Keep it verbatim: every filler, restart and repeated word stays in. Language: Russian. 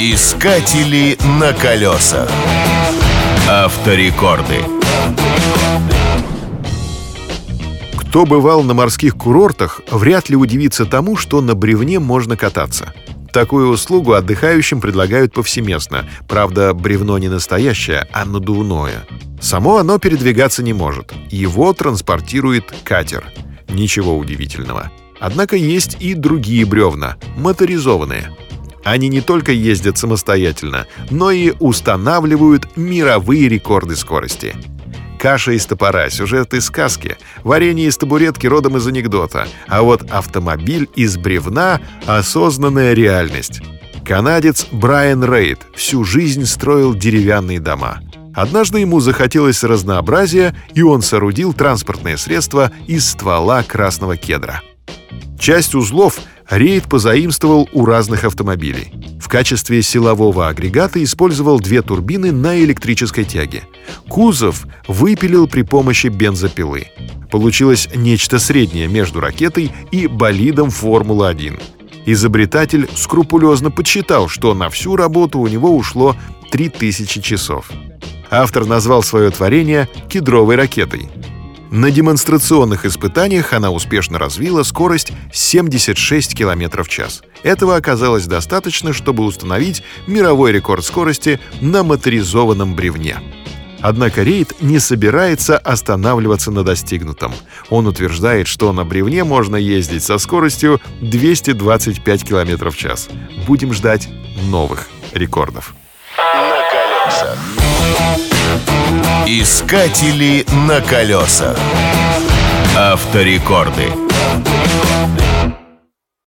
Искатели на колесах. Авторекорды. Кто бывал на морских курортах, вряд ли удивится тому, что на бревне можно кататься. Такую услугу отдыхающим предлагают повсеместно. Правда, бревно не настоящее, а надувное. Само оно передвигаться не может. Его транспортирует катер. Ничего удивительного. Однако есть и другие бревна, моторизованные. Они не только ездят самостоятельно, но и устанавливают мировые рекорды скорости. Каша из топора — сюжет из сказки, варенье из табуретки родом из анекдота, а вот автомобиль из бревна — осознанная реальность. Канадец Брайан Рейд всю жизнь строил деревянные дома. Однажды ему захотелось разнообразия, и он соорудил транспортное средство из ствола красного кедра. Часть узлов Рейд позаимствовал у разных автомобилей. В качестве силового агрегата использовал две турбины на электрической тяге. Кузов выпилил при помощи бензопилы. Получилось нечто среднее между ракетой и болидом Формулы один. Изобретатель скрупулезно подсчитал, что на всю работу у него ушло три тысячи часов. Автор назвал свое творение «кедровой ракетой». На демонстрационных испытаниях она успешно развила скорость семьдесят шесть километров в час. Этого оказалось достаточно, чтобы установить мировой рекорд скорости на моторизованном бревне. Однако Рейд не собирается останавливаться на достигнутом. Он утверждает, что на бревне можно ездить со скоростью двести двадцать пять километров в час. Будем ждать новых рекордов. На колесах. Искатели на колесах. Авторекорды.